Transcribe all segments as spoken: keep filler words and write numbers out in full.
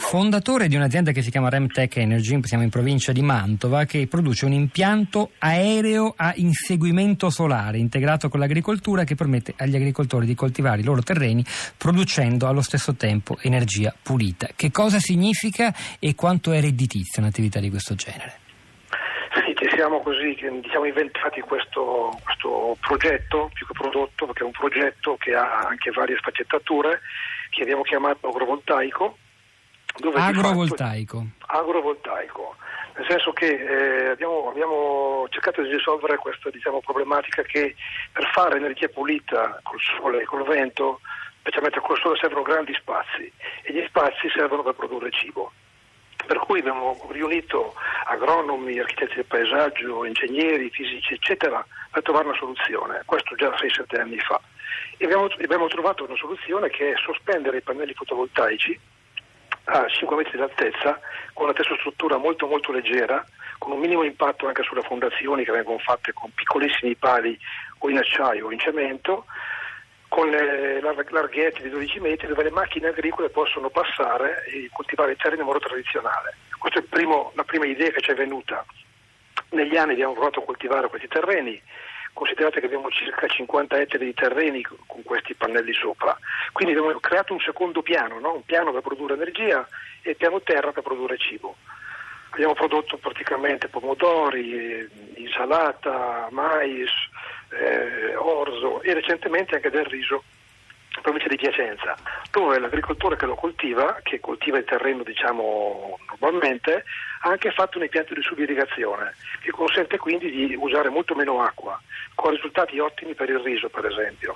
fondatore di un'azienda che si chiama Remtech Energy, siamo in provincia di Mantova, che produce un impianto aereo a inseguimento solare integrato con l'agricoltura che permette agli agricoltori di coltivare i loro terreni producendo allo stesso tempo energia pulita. Che cosa significa e quanto è redditizia un'attività di questo genere? Sì, ci siamo così, che siamo inventati questo, questo progetto, più che prodotto, perché è un progetto che ha anche varie sfaccettature, che abbiamo chiamato agrovoltaico. Dove Agrovoltaico. Fatto, agrovoltaico, nel senso che eh, abbiamo, abbiamo cercato di risolvere questa diciamo, problematica che per fare energia pulita col sole e col vento, specialmente col sole, servono grandi spazi e gli spazi servono per produrre cibo. Per cui abbiamo riunito agronomi, architetti del paesaggio, ingegneri, fisici, eccetera, per trovare una soluzione. Questo già sei sette anni fa. E abbiamo, abbiamo trovato una soluzione che è sospendere i pannelli fotovoltaici a cinque metri di altezza, con una tessostruttura molto molto leggera, con un minimo impatto anche sulle fondazioni che vengono fatte con piccolissimi pali o in acciaio o in cemento, con le larghezze di dodici metri, dove le macchine agricole possono passare e coltivare i terreni in modo tradizionale. Questa è il primo, la prima idea che ci è venuta. Negli anni abbiamo provato a coltivare questi terreni. Considerate che abbiamo circa cinquanta ettari di terreni con questi pannelli sopra, quindi abbiamo creato un secondo piano, no? Un piano per produrre energia e piano terra per produrre cibo. Abbiamo prodotto praticamente pomodori, insalata, mais, eh, orzo e recentemente anche del riso in provincia di Piacenza, dove l'agricoltore che lo coltiva, che coltiva il terreno diciamo normalmente, ha anche fatto un impianto di subirrigazione che consente quindi di usare molto meno acqua, con risultati ottimi per il riso per esempio.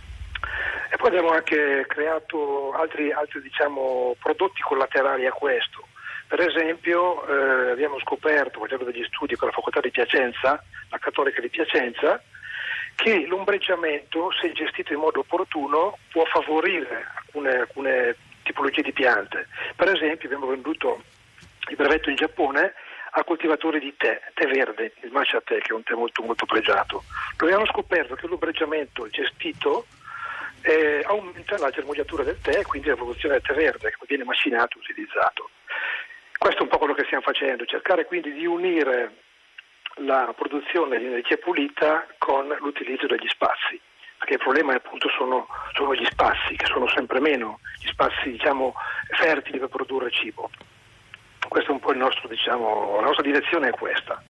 E poi abbiamo anche creato altri, altri diciamo, prodotti collaterali a questo. Per esempio eh, abbiamo scoperto, facendo degli studi con la facoltà di Piacenza, la Cattolica di Piacenza, che l'ombreggiamento, se gestito in modo opportuno, può favorire alcune, alcune tipologie di piante. Per esempio abbiamo venduto il brevetto in Giappone a coltivatori di tè, tè verde, il matcha tè, che è un tè molto molto pregiato. Dove abbiamo scoperto che l'ombreggiamento gestito eh, aumenta la germogliatura del tè e quindi la produzione del tè verde, che viene macinato e utilizzato. Questo è un po' quello che stiamo facendo, cercare quindi di unire la produzione di energia pulita con l'utilizzo degli spazi, perché il problema appunto sono, sono gli spazi, che sono sempre meno, gli spazi diciamo fertili per produrre cibo. Questo è un po' il nostro, diciamo, la nostra direzione è questa.